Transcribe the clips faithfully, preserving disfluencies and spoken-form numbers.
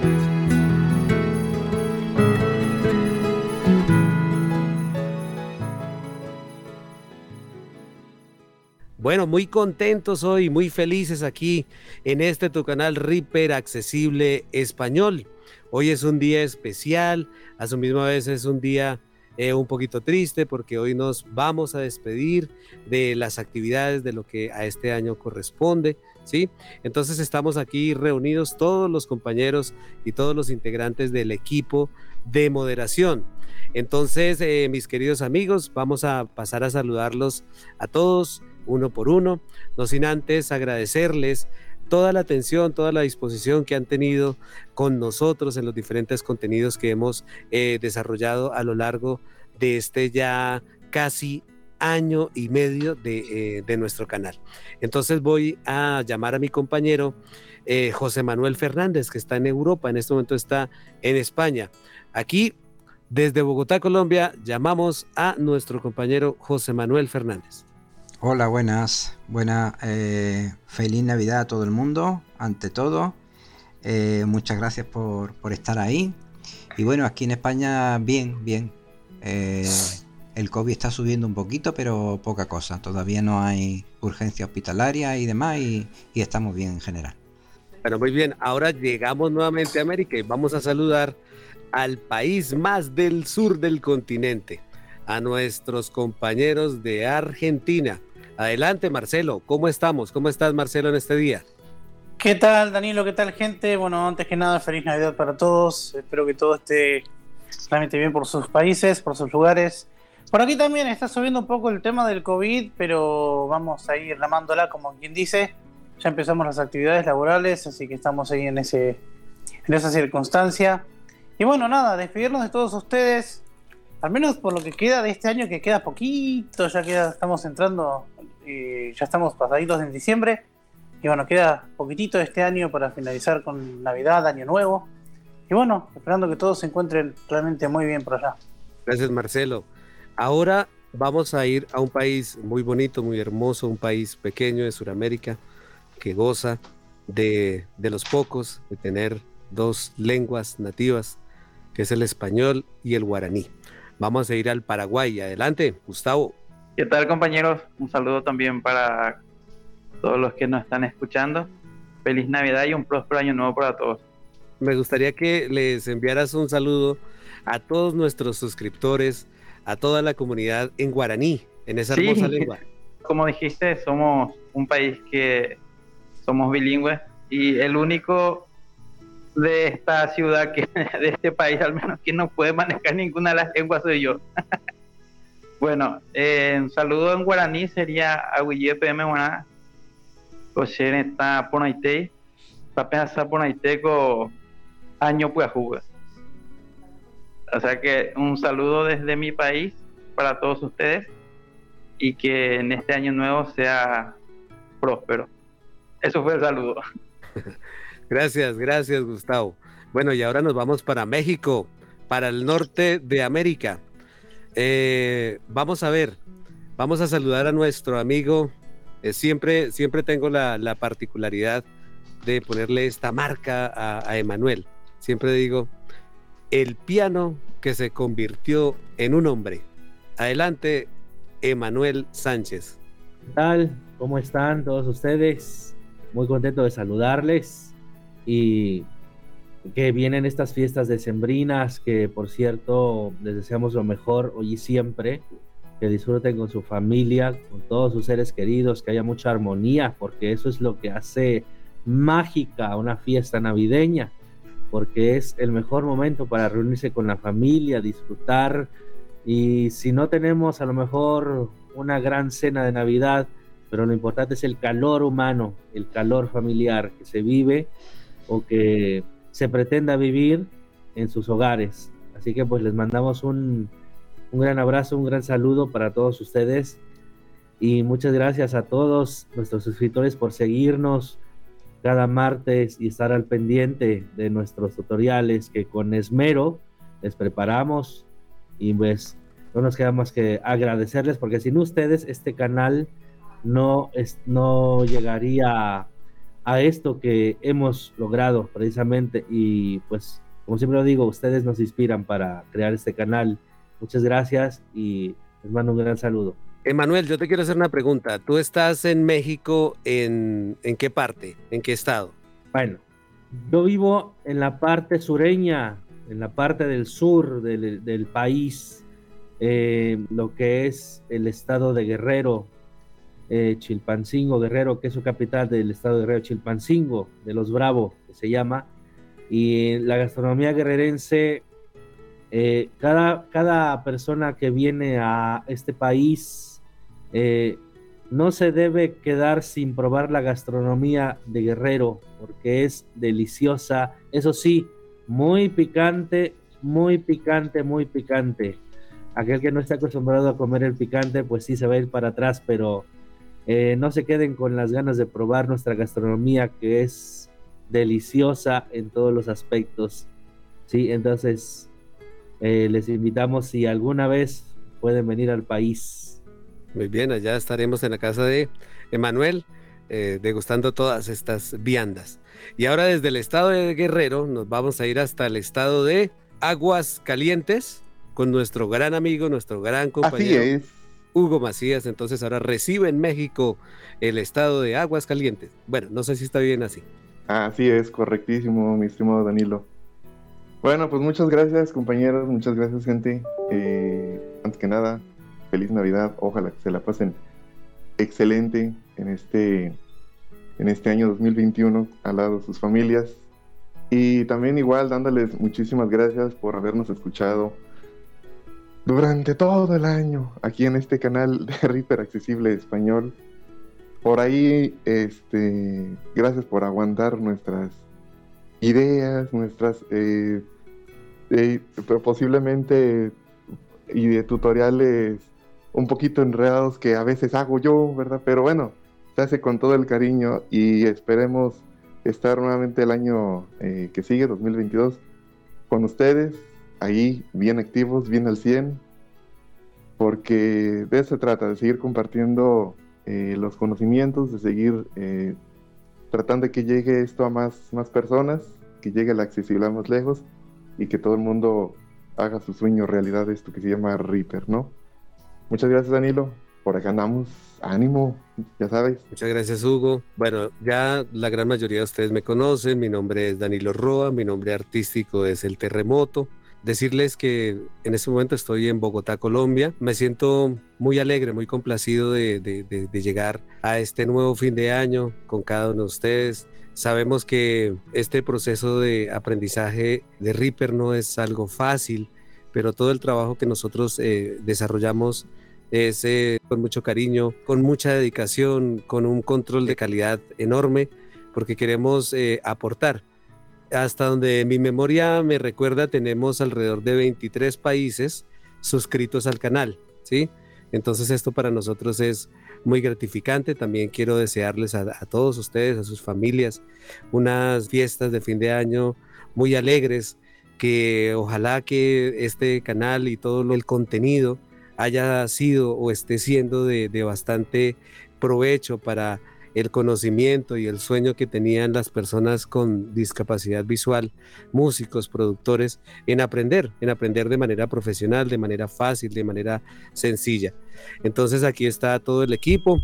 Bueno, muy contentos hoy, muy felices aquí en este tu canal Reaper Accesible Español. Hoy es un día especial, a su misma vez es un día eh, un poquito triste porque hoy nos vamos a despedir de las actividades de lo que a este año corresponde, ¿sí? Entonces estamos aquí reunidos todos los compañeros y todos los integrantes del equipo de moderación. Entonces, eh, mis queridos amigos, vamos a pasar a saludarlos a todos uno por uno, no sin antes agradecerles toda la atención, toda la disposición que han tenido con nosotros en los diferentes contenidos que hemos eh, desarrollado a lo largo de este ya casi año y medio de, eh, de nuestro canal. Entonces voy a llamar a mi compañero eh, José Manuel Fernández, que está en Europa, en este momento está en España. Aquí, desde Bogotá, Colombia, llamamos a nuestro compañero José Manuel Fernández. Hola, buenas, buena, eh, feliz Navidad a todo el mundo, ante todo, eh, muchas gracias por, por estar ahí. Y bueno, aquí en España bien, bien, eh, el COVID está subiendo un poquito, pero poca cosa, todavía no hay urgencia hospitalaria y demás, y, y estamos bien en general. Pero muy bien, ahora llegamos nuevamente a América y vamos a saludar al país más del sur del continente, a nuestros compañeros de Argentina. Adelante, Marcelo, ¿cómo estamos? ¿Cómo estás, Marcelo, en este día? ¿Qué tal, Danilo? ¿Qué tal, gente? Bueno, antes que nada, feliz Navidad para todos. Espero que todo esté realmente bien por sus países, por sus lugares. Por aquí también está subiendo un poco el tema del COVID, pero vamos a ir remándola, como quien dice. Ya empezamos las actividades laborales, así que estamos ahí en, ese, en esa circunstancia. Y bueno, nada, despedirnos de todos ustedes, al menos por lo que queda de este año, que queda poquito, ya queda, estamos entrando, eh, ya estamos pasaditos en diciembre, y bueno, queda poquitito este año para finalizar con Navidad, Año Nuevo, y bueno, esperando que todos se encuentren realmente muy bien por allá. Gracias, Marcelo. Ahora vamos a ir a un país muy bonito, muy hermoso, un país pequeño de Sudamérica, que goza de, de los pocos, de tener dos lenguas nativas, que es el español y el guaraní. Vamos a ir al Paraguay. Adelante, Gustavo. ¿Qué tal, compañeros? Un saludo también para todos los que nos están escuchando. Feliz Navidad y un próspero año nuevo para todos. Me gustaría que les enviaras un saludo a todos nuestros suscriptores, a toda la comunidad en guaraní, en esa hermosa sí, lengua. Como dijiste, somos un país que somos bilingües y el único de esta ciudad, que de este país al menos, que no puede manejar ninguna de las lenguas soy yo. Bueno, eh, un saludo en guaraní sería Aguille P M Guaná, Cochen está Ponaite, Papesa Ponaite con Año Puajuga. O sea que un saludo desde mi país para todos ustedes y que en este año nuevo sea próspero. Eso fue el saludo. Gracias, gracias, Gustavo. Bueno, y ahora nos vamos para México, para el norte de América. Eh, vamos a ver, vamos a saludar a nuestro amigo. Eh, siempre, siempre tengo la, la particularidad de ponerle esta marca a, a Emanuel. Siempre digo, el piano que se convirtió en un hombre. Adelante, Emanuel Sánchez. ¿Qué tal? ¿Cómo están todos ustedes? Muy contento de saludarles. Y que vienen estas fiestas decembrinas, que por cierto les deseamos lo mejor hoy y siempre, que disfruten con su familia, con todos sus seres queridos, que haya mucha armonía, porque eso es lo que hace mágica una fiesta navideña, porque es el mejor momento para reunirse con la familia, disfrutar, y si no tenemos a lo mejor una gran cena de Navidad, pero lo importante es el calor humano, el calor familiar que se vive o que se pretenda vivir en sus hogares. Así que pues les mandamos un, un gran abrazo, un gran saludo para todos ustedes y muchas gracias a todos nuestros suscriptores por seguirnos cada martes y estar al pendiente de nuestros tutoriales que con esmero les preparamos, y pues no nos queda más que agradecerles, porque sin ustedes este canal no, es, no llegaría a esto que hemos logrado precisamente. Y pues, como siempre lo digo, ustedes nos inspiran para crear este canal. Muchas gracias y les mando un gran saludo. Emanuel, yo te quiero hacer una pregunta. ¿Tú estás en México en, en qué parte? ¿En qué estado? Bueno, yo vivo en la parte sureña, en la parte del sur del, del país, eh, lo que es el estado de Guerrero, eh, Chilpancingo, Guerrero, que es su capital del estado de Guerrero, Chilpancingo, de los Bravo, que se llama. Y la gastronomía guerrerense, eh, cada, cada persona que viene a este país eh, no se debe quedar sin probar la gastronomía de Guerrero, porque es deliciosa. Eso sí, muy picante, muy picante, muy picante. Aquel que no está acostumbrado a comer el picante, pues sí se va a ir para atrás, pero eh, no se queden con las ganas de probar nuestra gastronomía, que es deliciosa en todos los aspectos. Sí, entonces eh, les invitamos, si alguna vez pueden venir al país. Muy bien, allá estaremos en la casa de Emanuel, eh, degustando todas estas viandas. Y ahora desde el estado de Guerrero nos vamos a ir hasta el estado de Aguascalientes con nuestro gran amigo, nuestro gran compañero, Así es. Hugo Macías. Entonces ahora recibe en México el estado de Aguascalientes. Bueno, no sé si está bien así. Así es, correctísimo, mi estimado Danilo. Bueno, pues muchas gracias, compañeros, muchas gracias, gente. Eh, antes que nada, feliz Navidad, ojalá que se la pasen excelente en este, en este año dos mil veintiuno al lado de sus familias. Y también igual dándoles muchísimas gracias por habernos escuchado durante todo el año aquí en este canal de Reaper Accesible Español. Por ahí, este, gracias por aguantar nuestras ideas, nuestras eh, eh, posiblemente y de tutoriales un poquito enredados que a veces hago yo, ¿verdad? Pero bueno, se hace con todo el cariño y esperemos estar nuevamente el año eh, que sigue, dos mil veintidós, con ustedes, ahí bien activos, bien al cien, porque de eso se trata, de seguir compartiendo eh, los conocimientos, de seguir eh, tratando de que llegue esto a más, más personas, que llegue la accesibilidad más lejos y que todo el mundo haga su sueño realidad, esto que se llama Reaper, ¿no? Muchas gracias, Danilo. Por acá andamos. Ánimo, ya sabes. Muchas gracias, Hugo. Bueno, ya la gran mayoría de ustedes me conocen. Mi nombre es Danilo Roa, mi nombre artístico es El Terremoto. Decirles que en este momento estoy en Bogotá, Colombia. Me siento muy alegre, muy complacido de, de, de, de llegar a este nuevo fin de año con cada uno de ustedes. Sabemos que este proceso de aprendizaje de Reaper no es algo fácil, pero todo el trabajo que nosotros eh, desarrollamos es eh, con mucho cariño, con mucha dedicación, con un control de calidad enorme, porque queremos eh, aportar. Hasta donde mi memoria me recuerda, tenemos alrededor de veintitrés países suscritos al canal, ¿sí? Entonces esto para nosotros es muy gratificante. También quiero desearles a, a todos ustedes, a sus familias, unas fiestas de fin de año muy alegres, que ojalá que este canal y todo el contenido haya sido o esté siendo de, de bastante provecho para el conocimiento y el sueño que tenían las personas con discapacidad visual, músicos, productores, en aprender, en aprender de manera profesional, de manera fácil, de manera sencilla. Entonces aquí está todo el equipo.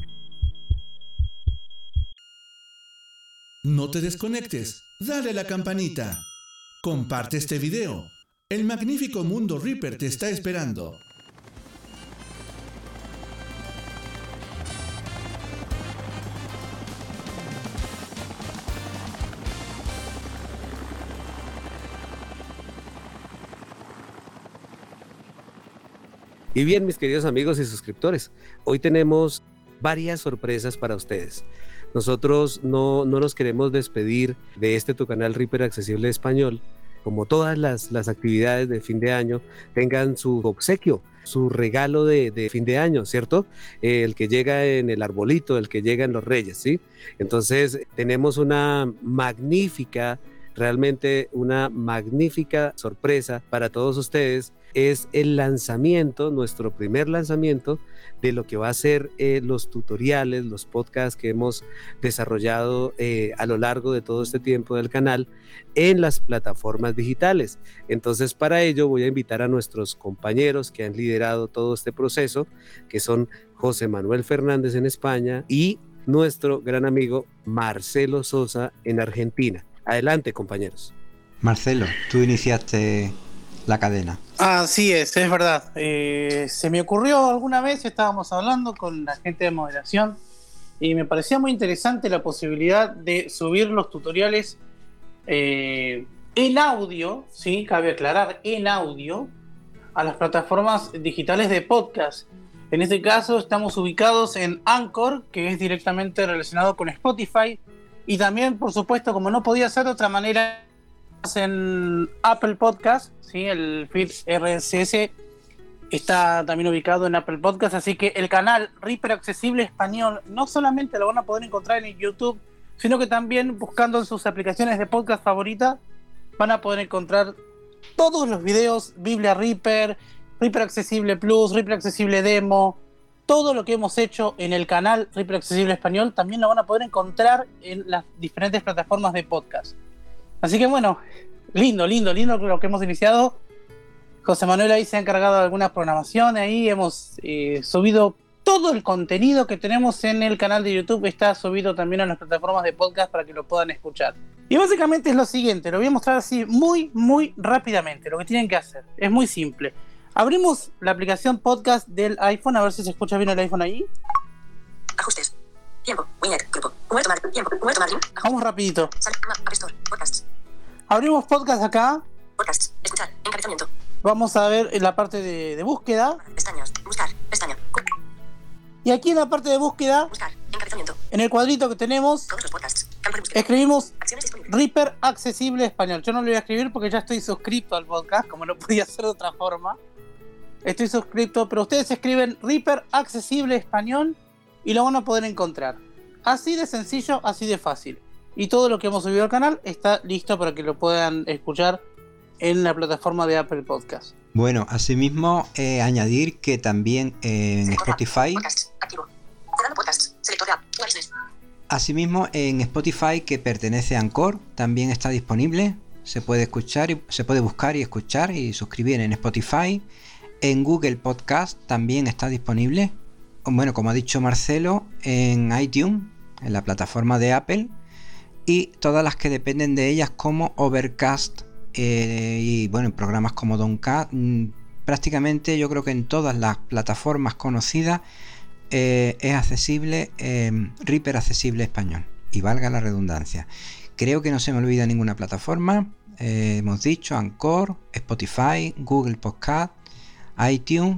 No te desconectes, dale a la campanita. Comparte este video. El magnífico mundo Reaper te está esperando. Y bien, mis queridos amigos y suscriptores, hoy tenemos varias sorpresas para ustedes. Nosotros no, no nos queremos despedir de este tu canal Reaper Accesible Español. Como todas las, las actividades de fin de año, tengan su obsequio, su regalo de, de fin de año, ¿cierto? Eh, el que llega en el arbolito, el que llega en los Reyes, ¿sí? Entonces tenemos una magnífica realmente una magnífica sorpresa para todos ustedes. Es el lanzamiento, nuestro primer lanzamiento de lo que va a ser eh, los tutoriales, los podcasts que hemos desarrollado eh, a lo largo de todo este tiempo del canal en las plataformas digitales. Entonces, para ello voy a invitar a nuestros compañeros que han liderado todo este proceso, que son José Manuel Fernández en España y nuestro gran amigo Marcelo Sosa en Argentina. Adelante, compañeros. Marcelo, tú iniciaste la cadena. Así es, es verdad. Eh, se me ocurrió alguna vez, estábamos hablando con la gente de moderación y me parecía muy interesante la posibilidad de subir los tutoriales eh, en audio, sí, cabe aclarar, en audio, a las plataformas digitales de podcast. En este caso estamos ubicados en Anchor, que es directamente relacionado con Spotify, y también, por supuesto, como no podía ser de otra manera, en Apple Podcast, ¿sí? El feed R S S está también ubicado en Apple Podcast, así que el canal Reaper Accesible Español no solamente lo van a poder encontrar en YouTube, sino que también buscando en sus aplicaciones de podcast favoritas van a poder encontrar todos los videos Biblia Reaper, Reaper Accesible Plus, Reaper Accesible Demo, todo lo que hemos hecho en el canal Reaper Accesible Español también lo van a poder encontrar en las diferentes plataformas de podcast. Así que bueno, lindo, lindo, lindo lo que hemos iniciado. José Manuel ahí se ha encargado de algunas programaciones, ahí hemos eh, subido todo el contenido que tenemos en el canal de YouTube, está subido también a las plataformas de podcast para que lo puedan escuchar. Y básicamente es lo siguiente, lo voy a mostrar así muy, muy rápidamente, lo que tienen que hacer, es muy simple. Abrimos la aplicación podcast del iPhone, a ver si se escucha bien el iPhone ahí. Ajustes. Tiempo. Winnet. Grupo. Huerto Mar. Tiempo. Huerto Marlin. Vamos rapidito. Sal. App Store. Podcasts. Abrimos podcast acá. Podcasts. Escuchar. Encabezamiento. Vamos a ver en la parte de, de búsqueda. Pestañas. Buscar. Pestaña. Y aquí en la parte de búsqueda, Buscar. Encabezamiento. en el cuadrito que tenemos, Todos los podcasts. Campo de búsqueda. escribimos Acciones disponibles. Reaper Accesible Español. Yo no lo voy a escribir porque ya estoy suscrito al podcast, como no podía ser de otra forma. Estoy suscrito, pero ustedes escriben Reaper Accesible Español y lo van a poder encontrar. Así de sencillo, así de fácil. Y todo lo que hemos subido al canal está listo para que lo puedan escuchar en la plataforma de Apple Podcast. Bueno, asimismo, eh, añadir que también en Selector de app. Spotify, Podcasts. Activo. Cerrando podcasts. Selector de app. Tu business. asimismo en Spotify, que pertenece a Anchor, también está disponible. Se puede escuchar y se puede buscar y escuchar y suscribir en Spotify. En Google Podcast también está disponible. Bueno, como ha dicho Marcelo, en iTunes, en la plataforma de Apple, y todas las que dependen de ellas como Overcast eh, y bueno, en programas como Doncast, mmm, prácticamente yo creo que en todas las plataformas conocidas eh, es accesible eh, Reaper Accesible Español, y valga la redundancia. Creo que no se me olvida ninguna plataforma. Eh, hemos dicho Anchor, Spotify, Google Podcast, iTunes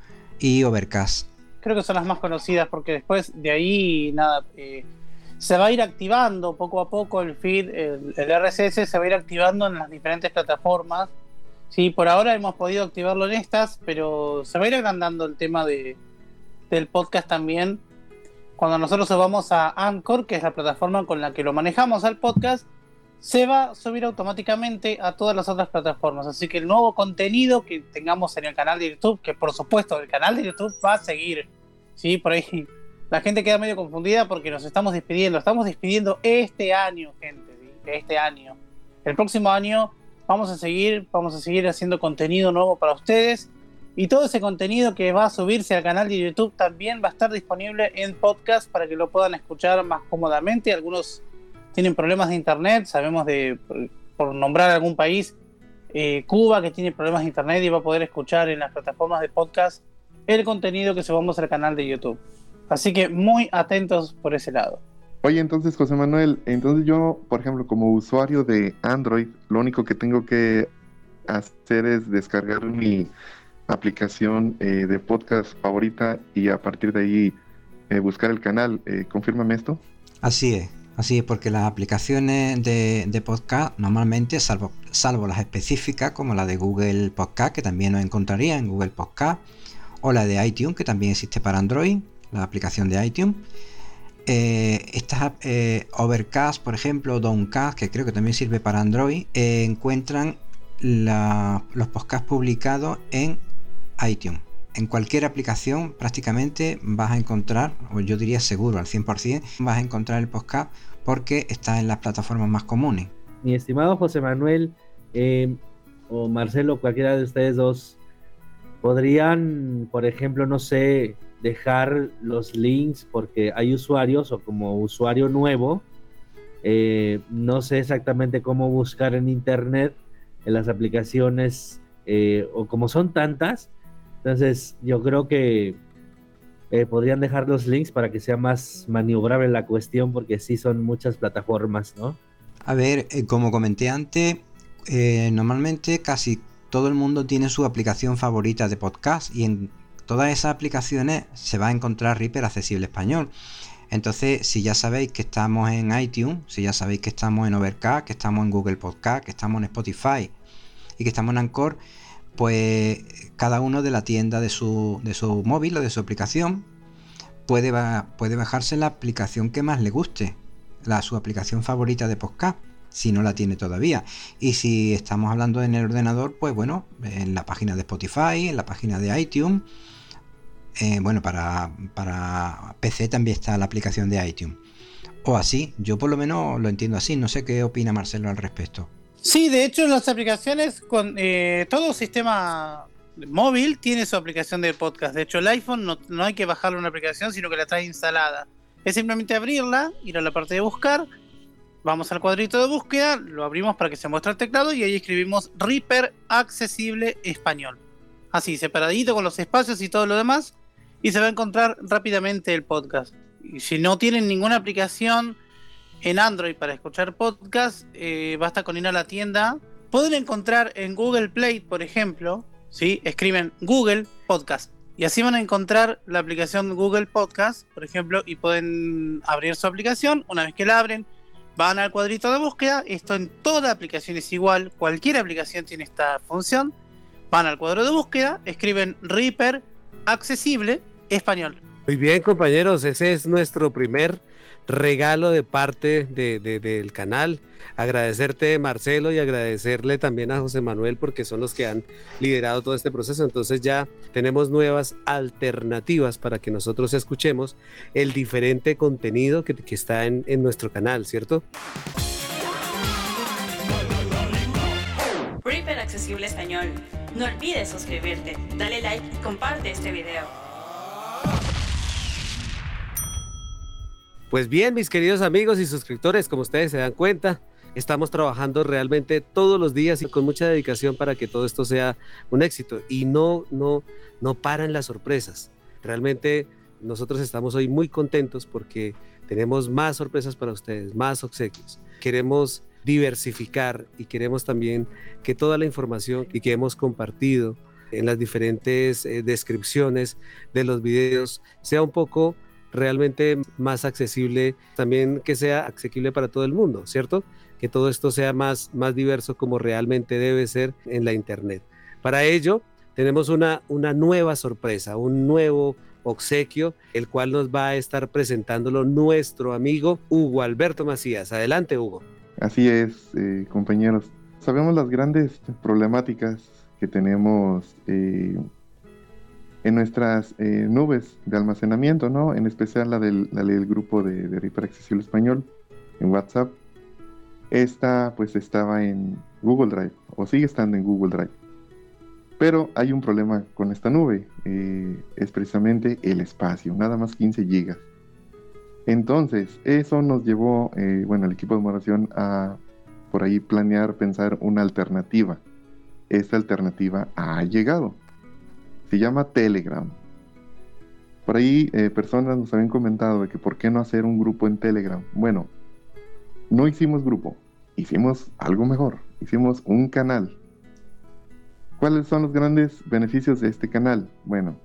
y Overcast. Creo que son las más conocidas porque después de ahí nada eh, se va a ir activando poco a poco el feed, el, el R S S se va a ir activando en las diferentes plataformas. Sí, por ahora hemos podido activarlo en estas, pero se va a ir agrandando el tema de, del podcast también. Cuando nosotros subamos a Anchor, que es la plataforma con la que lo manejamos al podcast, se va a subir automáticamente a todas las otras plataformas. Así que el nuevo contenido que tengamos en el canal de YouTube, que por supuesto el canal de YouTube va a seguir, ¿sí? Por ahí la gente queda medio confundida porque nos estamos despidiendo. Estamos despidiendo este año, gente, ¿sí? Este año. El próximo año vamos a seguir, vamos a seguir haciendo contenido nuevo para ustedes. Y todo ese contenido que va a subirse al canal de YouTube también va a estar disponible en podcast para que lo puedan escuchar más cómodamente. Algunos tienen problemas de internet, sabemos de, por, por nombrar algún país, eh, Cuba, que tiene problemas de internet y va a poder escuchar en las plataformas de podcast el contenido que subamos al canal de YouTube. Así que muy atentos por ese lado. Oye, entonces, José Manuel, entonces yo, por ejemplo, como usuario de Android, lo único que tengo que hacer es descargar mi aplicación eh, de podcast favorita y a partir de ahí eh, buscar el canal. Eh, ¿Confírmame esto? Así es. Así es, porque las aplicaciones de, de podcast normalmente, salvo, salvo las específicas como la de Google Podcast, que también nos encontraría en Google Podcast, o la de iTunes, que también existe para Android, la aplicación de iTunes, eh, estas eh, Overcast, por ejemplo, Downcast, que creo que también sirve para Android, eh, encuentran la, los podcasts publicados en iTunes. En cualquier aplicación prácticamente vas a encontrar, o yo diría seguro al cien por ciento, vas a encontrar el podcast porque está en las plataformas más comunes. Mi estimado José Manuel eh, o Marcelo, cualquiera de ustedes dos, podrían, por ejemplo, no sé, dejar los links, porque hay usuarios, o como usuario nuevo, eh, no sé exactamente cómo buscar en internet, en las aplicaciones, eh, o como son tantas, entonces yo creo que eh, podrían dejar los links para que sea más maniobrable la cuestión, porque sí son muchas plataformas, ¿no? A ver, eh, como comenté antes, eh, normalmente casi todo el mundo tiene su aplicación favorita de podcast y en todas esas aplicaciones se va a encontrar Reaper Accesible Español. Entonces, si ya sabéis que estamos en iTunes, si ya sabéis que estamos en Overcast, que estamos en Google Podcast, que estamos en Spotify y que estamos en Anchor, pues cada uno de la tienda de su, de su móvil o de su aplicación puede, ba- puede bajarse la aplicación que más le guste, la, su aplicación favorita de podcast, si no la tiene todavía. Y si estamos hablando en el ordenador, pues bueno, en la página de Spotify, en la página de iTunes, eh, bueno, para, para P C también está la aplicación de iTunes. O así, yo por lo menos lo entiendo así, no sé qué opina Marcelo al respecto. Sí, de hecho, las aplicaciones, con eh, todo sistema móvil tiene su aplicación de podcast. De hecho, el iPhone no, no hay que bajarle una aplicación, sino que la trae instalada. Es simplemente abrirla, ir a la parte de buscar, vamos al cuadrito de búsqueda, lo abrimos para que se muestre el teclado y ahí escribimos Reaper Accesible Español. Así, separadito con los espacios y todo lo demás, y se va a encontrar rápidamente el podcast. Y si no tienen ninguna aplicación en Android para escuchar podcast, eh, basta con ir a la tienda. Pueden encontrar en Google Play, por ejemplo, ¿sí? Escriben Google Podcast y así van a encontrar la aplicación Google Podcast, por ejemplo, y pueden abrir su aplicación. Una vez que la abren, van al cuadrito de búsqueda. Esto en toda aplicación es igual, cualquier aplicación tiene esta función. Van al cuadro de búsqueda, escriben Reaper Accesible Español. Muy bien, compañeros, ese es nuestro primer regalo de parte de, de, del canal. Agradecerte, Marcelo, y agradecerle también a José Manuel, porque son los que han liderado todo este proceso. Entonces ya tenemos nuevas alternativas para que nosotros escuchemos el diferente contenido que, que está en, en nuestro canal, ¿cierto? Reaper Accesible Español. No olvides suscribirte, dale like y comparte este video. Pues bien, mis queridos amigos y suscriptores, como ustedes se dan cuenta, estamos trabajando realmente todos los días y con mucha dedicación para que todo esto sea un éxito. Y no, no, no paran las sorpresas. Realmente nosotros estamos hoy muy contentos porque tenemos más sorpresas para ustedes, más obsequios. Queremos diversificar y queremos también que toda la información que hemos compartido en las diferentes eh, descripciones de los videos sea un poco realmente más accesible, también que sea accesible para todo el mundo, ¿cierto? Que todo esto sea más, más diverso como realmente debe ser en la internet. Para ello tenemos una, una nueva sorpresa, un nuevo obsequio, el cual nos va a estar presentándolo nuestro amigo Hugo Alberto Macías. Adelante, Hugo. Así es, eh, compañeros. Sabemos las grandes problemáticas que tenemos eh, en nuestras eh, nubes de almacenamiento, ¿no? En especial la del, la del grupo de, de Reaper Accesible Español en WhatsApp. Esta pues estaba en Google Drive, o sigue estando en Google Drive. Pero hay un problema con esta nube, eh, es precisamente el espacio, nada más quince gigas. Entonces, eso nos llevó, eh, bueno, el equipo de moderación a por ahí planear, pensar una alternativa. Esta alternativa ha llegado. Se llama Telegram. Por ahí eh, personas nos habían comentado de que por qué no hacer un grupo en Telegram. Bueno, no hicimos grupo, hicimos algo mejor, hicimos un canal. ¿Cuáles son los grandes beneficios de este canal? Bueno,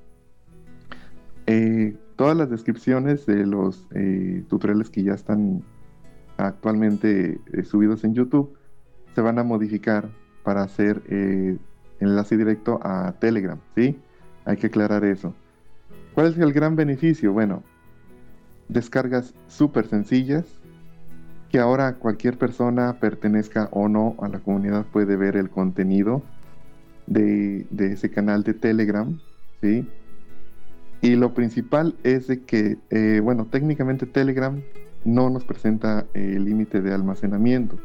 eh, todas las descripciones de los eh, tutoriales que ya están actualmente eh, subidos en YouTube se van a modificar para hacer eh, enlace directo a Telegram, ¿sí? Hay que aclarar eso. ¿Cuál es el gran beneficio? Bueno, descargas súper sencillas que ahora cualquier persona, pertenezca o no a la comunidad, puede ver el contenido de, de ese canal de Telegram, ¿sí? Y lo principal es de que, eh, bueno, técnicamente Telegram no nos presenta el eh, límite de almacenamiento.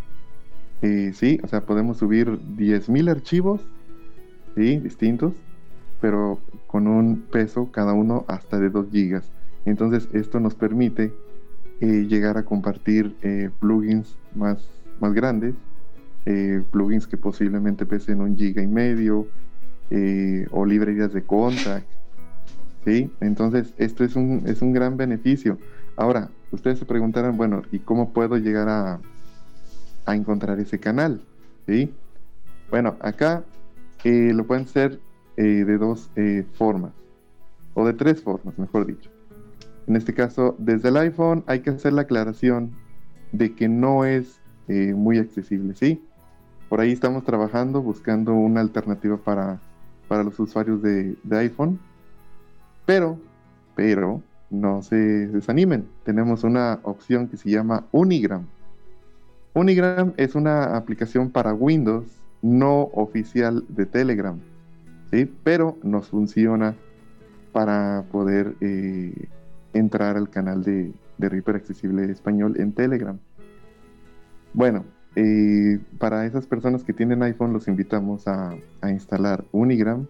Eh, sí, o sea, podemos subir diez mil archivos, sí, distintos, pero con un peso cada uno hasta de dos gigas. Entonces esto nos permite eh, llegar a compartir eh, plugins más, más grandes, eh, plugins que posiblemente pesen un giga y medio, eh, o librerías de Contact, ¿sí? Entonces esto es un, es un gran beneficio. Ahora, ustedes se preguntarán, bueno, ¿y cómo puedo llegar a, a encontrar ese canal? ¿Sí? Bueno, acá eh, lo pueden hacer eh, de dos eh, formas, o de tres formas, mejor dicho. En este caso, desde el iPhone hay que hacer la aclaración de que no es eh, muy accesible, ¿sí? Por ahí estamos trabajando, buscando una alternativa para, para los usuarios de, de iPhone, pero, pero, no se desanimen. Tenemos una opción que se llama Unigram. Unigram es una aplicación para Windows no oficial de Telegram, ¿sí? Pero nos funciona para poder eh, entrar al canal de, de Reaper Accesible Español en Telegram. Bueno, eh, para esas personas que tienen iPhone los invitamos a, a instalar Unigram,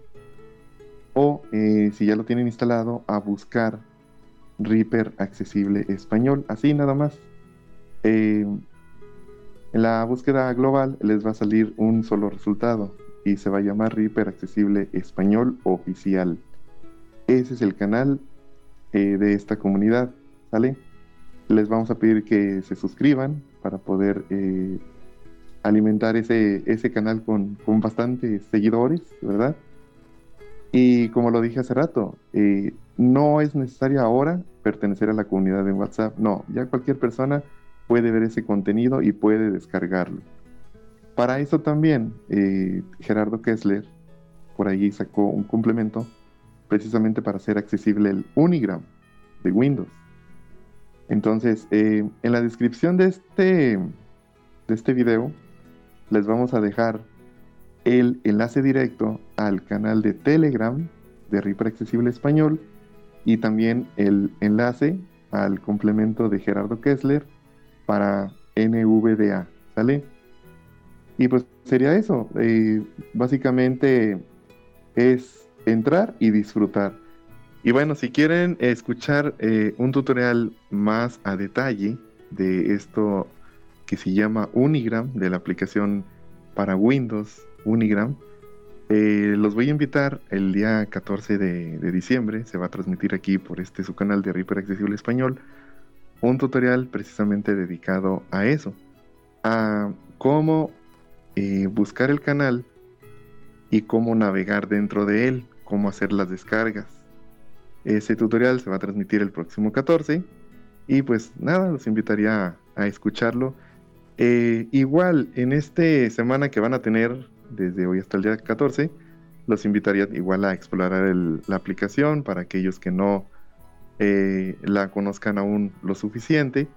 o eh, si ya lo tienen instalado, a buscar Reaper Accesible Español, así nada más. Eh, en la búsqueda global les va a salir un solo resultado y se va a llamar Reaper Accesible Español Oficial. Ese es el canal eh, de esta comunidad, ¿sale? Les vamos a pedir que se suscriban para poder eh, alimentar ese, ese canal con, con bastantes seguidores, ¿verdad? Y como lo dije hace rato, eh, no es necesario ahora pertenecer a la comunidad de WhatsApp. No, ya cualquier persona puede ver ese contenido y puede descargarlo. Para eso también eh, Gerardo Kessler por ahí sacó un complemento precisamente para hacer accesible el Unigram de Windows. Entonces, eh, en la descripción de este, de este video les vamos a dejar el enlace directo al canal de Telegram de Reaper Accesible Español y también el enlace al complemento de Gerardo Kessler para N V D A, ¿sale? Y pues sería eso, eh, básicamente es entrar y disfrutar. Y bueno, si quieren escuchar eh, un tutorial más a detalle de esto que se llama Unigram, de la aplicación para Windows Unigram, eh, los voy a invitar el día catorce de, de diciembre. Se va a transmitir aquí por este su canal de Reaper Accesible Español un tutorial precisamente dedicado a eso, a cómo eh, buscar el canal y cómo navegar dentro de él, cómo hacer las descargas. Ese tutorial se va a transmitir el próximo catorce y pues nada, los invitaría a, a escucharlo. Eh, igual en esta semana que van a tener desde hoy hasta el día catorce, los invitaría igual a explorar el, la aplicación para aquellos que no eh, la conozcan aún lo suficiente.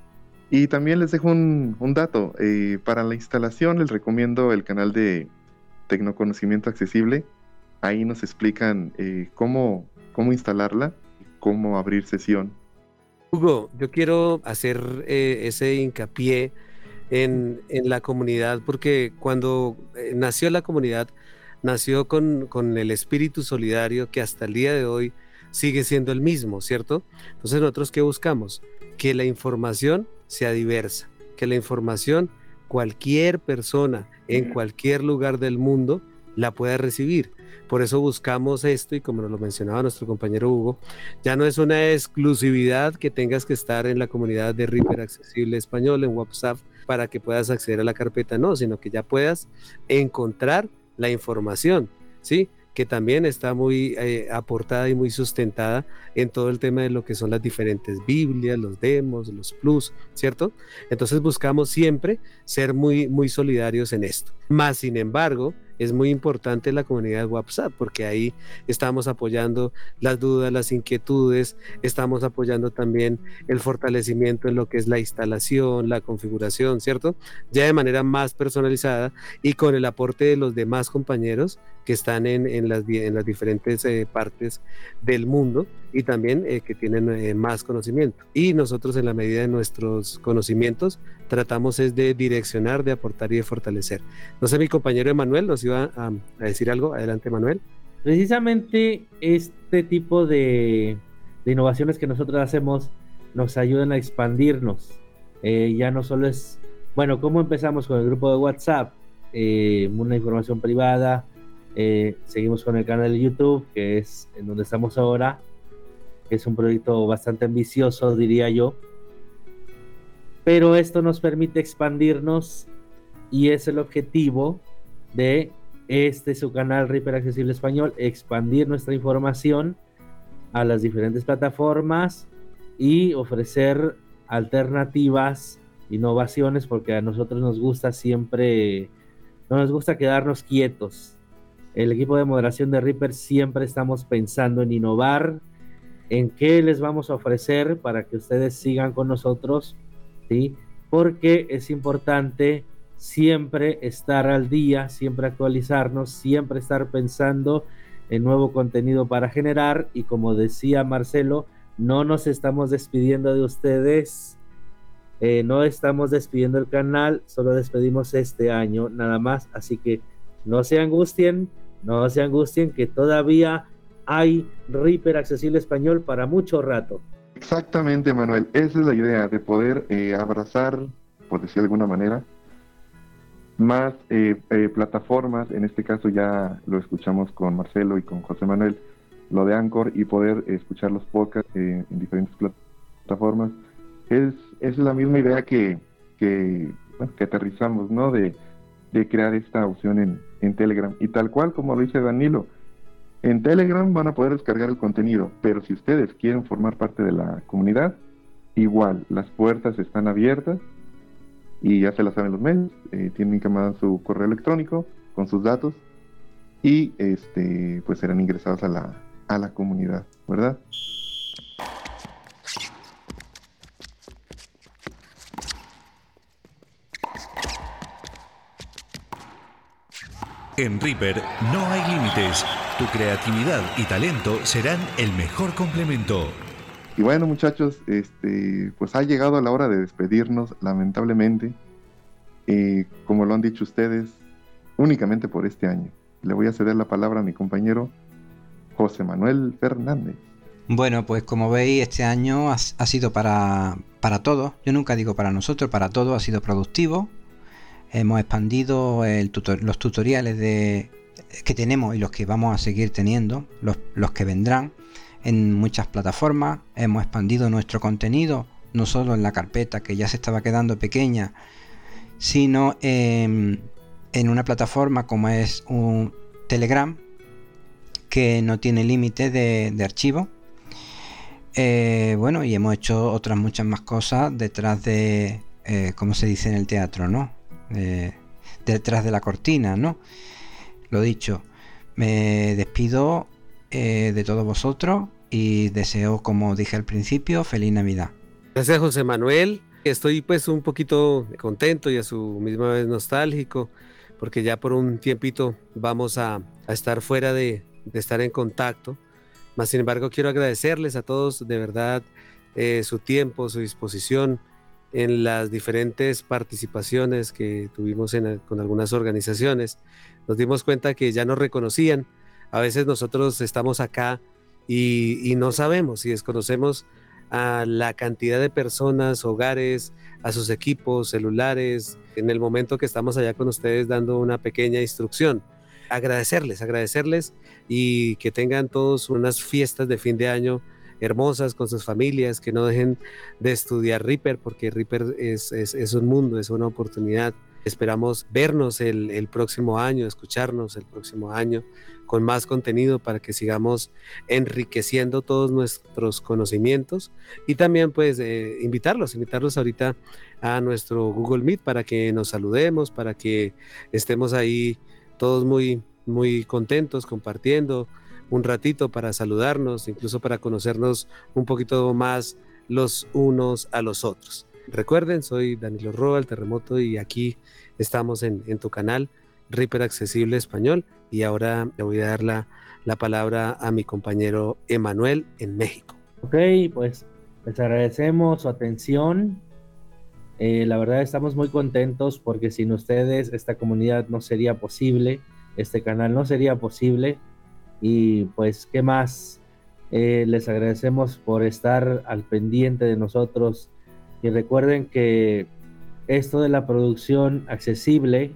Y también les dejo un, un dato, eh, para la instalación les recomiendo el canal de Tecnoconocimiento Accesible. Ahí nos explican eh, cómo, cómo instalarla y cómo abrir sesión. Hugo, yo quiero hacer eh, ese hincapié en, en la comunidad, porque cuando eh, nació la comunidad, nació con, con el espíritu solidario que hasta el día de hoy sigue siendo el mismo, ¿cierto? Entonces, ¿nosotros qué buscamos? Que la información sea diversa, que la información cualquier persona en cualquier lugar del mundo la pueda recibir. Por eso buscamos esto, y como nos lo mencionaba nuestro compañero Hugo, ya no es una exclusividad que tengas que estar en la comunidad de Reaper Accesible Español en WhatsApp para que puedas acceder a la carpeta, no, sino que ya puedas encontrar la información, ¿sí? Que también está muy eh, aportada y muy sustentada en todo el tema de lo que son las diferentes Biblias, los demos, los plus, ¿cierto? Entonces buscamos siempre ser muy, muy solidarios en esto. Más sin embargo, es muy importante la comunidad de WhatsApp, porque ahí estamos apoyando las dudas, las inquietudes, estamos apoyando también el fortalecimiento en lo que es la instalación, la configuración, ¿cierto? Ya de manera más personalizada y con el aporte de los demás compañeros que están en, en, las, en las diferentes eh, partes del mundo y también eh, que tienen eh, más conocimiento. Y nosotros, en la medida de nuestros conocimientos, tratamos es de direccionar, de aportar y de fortalecer. No sé, mi compañero Emanuel nos iba a, a decir algo. Adelante, Manuel. Precisamente este tipo de, de innovaciones que nosotros hacemos nos ayudan a expandirnos. Eh, ya no solo es, bueno, ¿cómo empezamos con el grupo de WhatsApp? Eh, una información privada. Eh, seguimos con el canal de YouTube, que es en donde estamos ahora. Es un proyecto bastante ambicioso, diría yo. Pero esto nos permite expandirnos y es el objetivo de este su canal Reaper Accesible Español, expandir nuestra información a las diferentes plataformas y ofrecer alternativas, innovaciones, porque a nosotros nos gusta siempre, no nos gusta quedarnos quietos. El equipo de moderación de Reaper siempre estamos pensando en innovar, en qué les vamos a ofrecer para que ustedes sigan con nosotros, ¿sí? Porque es importante siempre estar al día, siempre actualizarnos, siempre estar pensando en nuevo contenido para generar, y como decía Marcelo, no nos estamos despidiendo de ustedes, eh, no estamos despidiendo el canal, solo despedimos este año nada más, así que no se angustien, no se angustien que todavía hay Reaper Accesible Español para mucho rato. Exactamente, Manuel, esa es la idea, de poder eh, abrazar, por decir de alguna manera, más eh, eh, plataformas. En este caso ya lo escuchamos con Marcelo y con José Manuel, lo de Anchor, y poder eh, escuchar los podcasts eh, en diferentes plataformas. Es, es la misma idea que, que, bueno, que aterrizamos, ¿no? De, de crear esta opción en, en Telegram. Y tal cual como lo dice Danilo, en Telegram van a poder descargar el contenido, pero si ustedes quieren formar parte de la comunidad, igual, las puertas están abiertas y ya se las saben los medios, eh, tienen que mandar su correo electrónico con sus datos y este pues serán ingresados a la, a la comunidad, ¿verdad? En Reaper no hay límites. Tu creatividad y talento serán el mejor complemento. Y bueno, muchachos, este, pues ha llegado la hora de despedirnos, lamentablemente, eh, como lo han dicho ustedes, únicamente por este año. Le voy a ceder la palabra a mi compañero José Manuel Fernández. Bueno, pues como veis, este año ha, ha sido para, para todos, yo nunca digo para nosotros, para todos ha sido productivo. Hemos expandido el tutor, los tutoriales de, que tenemos y los que vamos a seguir teniendo, los, los que vendrán, en muchas plataformas. Hemos expandido nuestro contenido, no solo en la carpeta que ya se estaba quedando pequeña, sino en, en una plataforma como es un Telegram, que no tiene límite de, de archivo. Eh, bueno, y hemos hecho otras muchas más cosas detrás de, eh, como se dice en el teatro, ¿no? Eh, detrás de la cortina, ¿no? Lo dicho, me despido eh, de todos vosotros y deseo, como dije al principio, feliz Navidad. Gracias, José Manuel. Estoy pues un poquito contento y a su misma vez nostálgico, porque ya por un tiempito vamos a, a estar fuera de, de estar en contacto. Más sin embargo, quiero agradecerles a todos de verdad eh, su tiempo, su disposición en las diferentes participaciones que tuvimos en, con algunas organizaciones. Nos dimos cuenta que ya nos reconocían. A veces nosotros estamos acá y, y no sabemos y desconocemos a la cantidad de personas, hogares, a sus equipos, celulares, en el momento que estamos allá con ustedes dando una pequeña instrucción. Agradecerles, agradecerles y que tengan todos unas fiestas de fin de año hermosas con sus familias, que no dejen de estudiar Reaper, porque Reaper es, es, es un mundo, es una oportunidad. Esperamos vernos el, el próximo año, escucharnos el próximo año con más contenido para que sigamos enriqueciendo todos nuestros conocimientos y también pues eh, invitarlos, invitarlos ahorita a nuestro Google Meet para que nos saludemos, para que estemos ahí todos muy, muy contentos compartiendo un ratito para saludarnos, incluso para conocernos un poquito más los unos a los otros. Recuerden, soy Danilo Roa, el Terremoto, y aquí estamos en, en tu canal Reaper Accesible Español, y ahora le voy a dar la, la palabra a mi compañero Emanuel en México. Ok, pues les agradecemos su atención. Eh, la verdad estamos muy contentos porque sin ustedes esta comunidad no sería posible, este canal no sería posible, y pues qué más, eh, les agradecemos por estar al pendiente de nosotros, y recuerden que esto de la producción accesible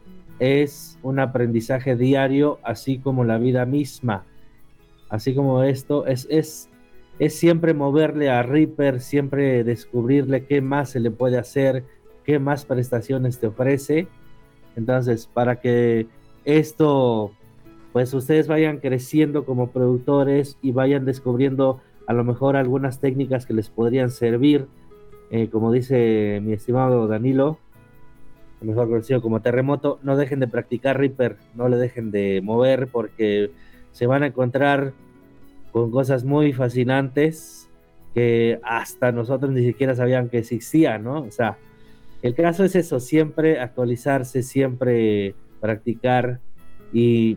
es un aprendizaje diario, así como la vida misma, así como esto es, es, es siempre moverle a Reaper, siempre descubrirle qué más se le puede hacer, qué más prestaciones te ofrece. Entonces, para que esto, pues ustedes vayan creciendo como productores y vayan descubriendo a lo mejor algunas técnicas que les podrían servir, eh, como dice mi estimado Danilo, mejor conocido como Terremoto, no dejen de practicar Reaper, no le dejen de mover, porque se van a encontrar con cosas muy fascinantes que hasta nosotros ni siquiera sabían que existían, ¿no? O sea, el caso es eso, siempre actualizarse, siempre practicar, y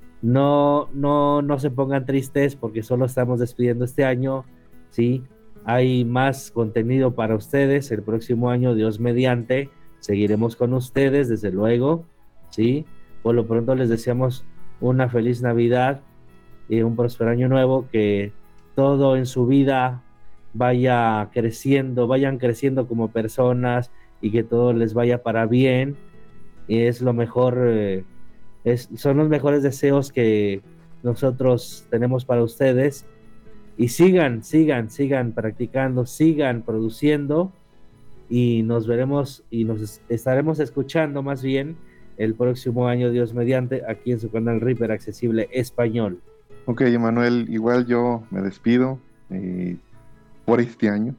no, no, no se pongan tristes porque solo estamos despidiendo este año, ¿sí? Hay más contenido para ustedes el próximo año, Dios mediante. Seguiremos con ustedes, desde luego, ¿sí? Por lo pronto les deseamos una feliz Navidad y un próspero año nuevo, que todo en su vida vaya creciendo, vayan creciendo como personas, y que todo les vaya para bien. Y es lo mejor, eh, es, son los mejores deseos que nosotros tenemos para ustedes. Y sigan, sigan, sigan practicando, sigan produciendo, y nos veremos y nos estaremos escuchando más bien el próximo año, Dios mediante, aquí en su canal Reaper Accesible Español. Ok, Emanuel, igual yo me despido eh, por este año,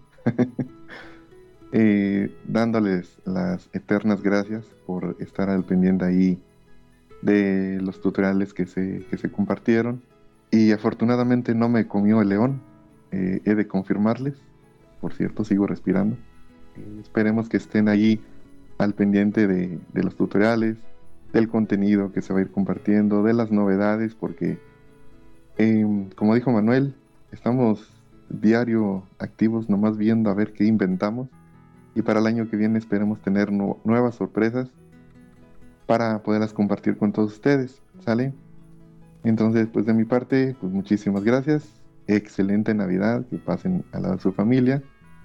eh, dándoles las eternas gracias por estar al pendiente ahí de los tutoriales que se, que se compartieron. Y afortunadamente no me comió el león, eh, he de confirmarles, por cierto, sigo respirando. Eh, esperemos que estén allí al pendiente de, de los tutoriales, del contenido que se va a ir compartiendo, de las novedades, porque eh, como dijo Manuel, estamos diario activos, nomás viendo a ver qué inventamos, y para el año que viene esperemos tener nu- nuevas sorpresas para poderlas compartir con todos ustedes, ¿sale? Entonces, pues de mi parte, pues muchísimas gracias, excelente Navidad, que pasen al lado de su familia,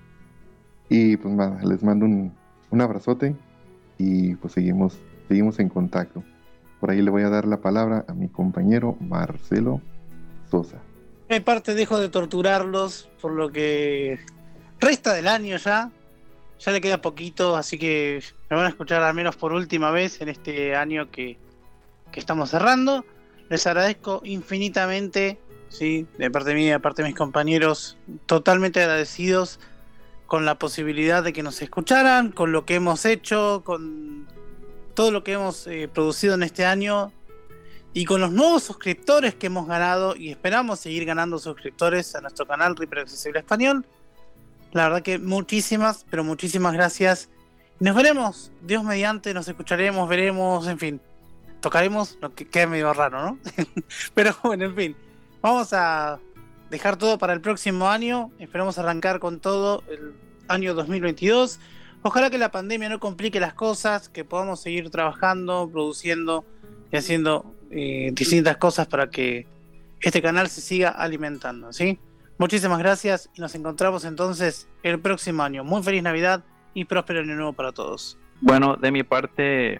y pues nada, les mando un, un abrazote, y pues seguimos, seguimos en contacto. Por ahí le voy a dar la palabra a mi compañero Marcelo Sosa. De mi parte dejo de torturarlos por lo que resta del año ya. Ya le queda poquito, así que me van a escuchar al menos por última vez en este año que, que estamos cerrando. Les agradezco infinitamente, ¿sí? De parte mía y de parte de mis compañeros, totalmente agradecidos con la posibilidad de que nos escucharan, con lo que hemos hecho, con todo lo que hemos eh, producido en este año, y con los nuevos suscriptores que hemos ganado, y esperamos seguir ganando suscriptores a nuestro canal Reaper Accesible Español. La verdad que muchísimas, pero muchísimas gracias. Nos veremos, Dios mediante, nos escucharemos, veremos, en fin. Tocaremos, lo que queda medio raro, ¿no? Pero bueno, en fin. Vamos a dejar todo para el próximo año. Esperamos arrancar con todo el año dos mil veintidós. Ojalá que la pandemia no complique las cosas, que podamos seguir trabajando, produciendo y haciendo eh, distintas cosas para que este canal se siga alimentando, ¿sí? Muchísimas gracias y nos encontramos entonces el próximo año. Muy feliz Navidad y próspero año nuevo para todos. Bueno, de mi parte,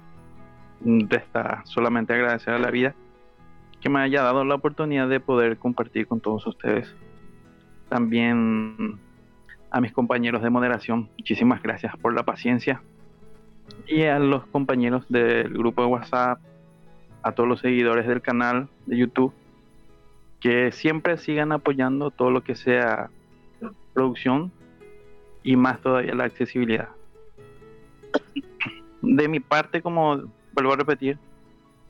resta solamente agradecer a la vida que me haya dado la oportunidad de poder compartir con todos ustedes. También a mis compañeros de moderación, muchísimas gracias por la paciencia. Y a los compañeros del grupo de WhatsApp, a todos los seguidores del canal de YouTube, que siempre sigan apoyando todo lo que sea producción y más todavía la accesibilidad. De mi parte, como vuelvo a repetir,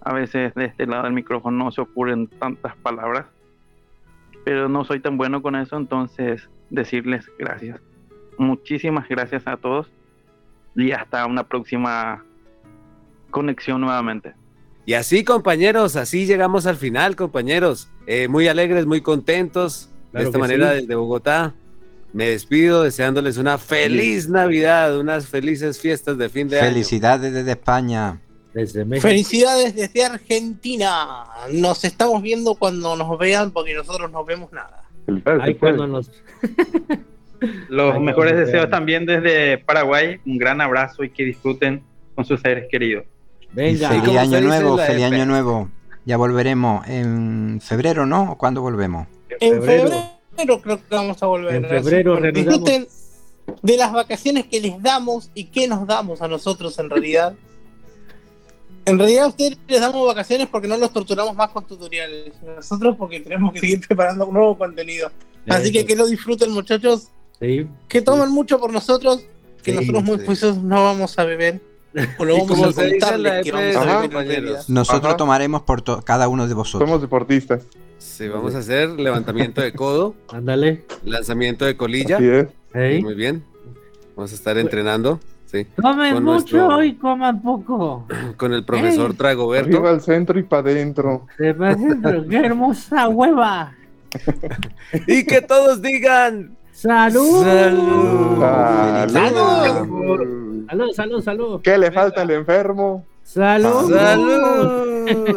A veces de este lado del micrófono no se ocurren tantas palabras, pero no soy tan bueno con eso, entonces decirles gracias. Muchísimas gracias a todos y hasta una próxima conexión nuevamente. Y así, compañeros, así llegamos al final, compañeros. Eh, muy alegres, muy contentos. Claro de esta que manera, sí. desde Bogotá, me despido deseándoles una feliz Navidad, unas felices fiestas de fin de año. Felicidades desde España. Desde México. Felicidades desde Argentina. Nos estamos viendo cuando nos vean, porque nosotros no vemos nada. Ahí cuando nos... Los Ay, mejores no, no, deseos no. también desde Paraguay. Un gran abrazo y que disfruten con sus seres queridos. Y Venga. ¿Y feliz cómo se año dice nuevo, la feliz F? año nuevo. Ya volveremos en febrero, ¿no? ¿O cuándo volvemos? En febrero. febrero creo que vamos a volver. En así febrero que reanudamos. disfruten de las vacaciones que les damos y que nos damos a nosotros en realidad. En realidad a ustedes les damos vacaciones porque no los torturamos más con tutoriales. Nosotros porque tenemos que seguir preparando un nuevo contenido. Así que Eso. que lo disfruten, muchachos. Sí. Que tomen mucho por nosotros. Que Sí, nosotros muy sí. juiciosos no vamos a beber. O lo Y vamos como a se dice en la contarles que F, vamos a Ajá, beber en compañeros. realidad. Nosotros Ajá. tomaremos por to- cada uno de vosotros. Somos deportistas. Sí, vamos a hacer levantamiento de codo, Ándale. lanzamiento de colilla. Así es. Ey. Muy bien. Vamos a estar entrenando, sí, Comen Con mucho nuestro- y coman poco. con el profesor Ey. Tragoberto. Arriba al centro y para adentro. Se parece, pero qué hermosa hueva. Y que todos digan ¡Salud! salud. ¡Salud! Salud, salud, salud. ¿Qué le falta al enfermo? ¡Salud! Salud.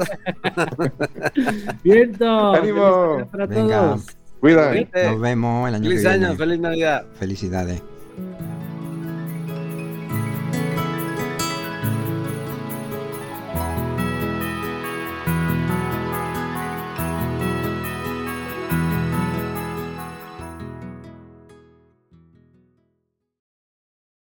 Viento. ánimo. Felicidades para Venga. todos. Cuida. Gente, Nos vemos el año Feliz que año, viene. feliz Navidad. Felicidades.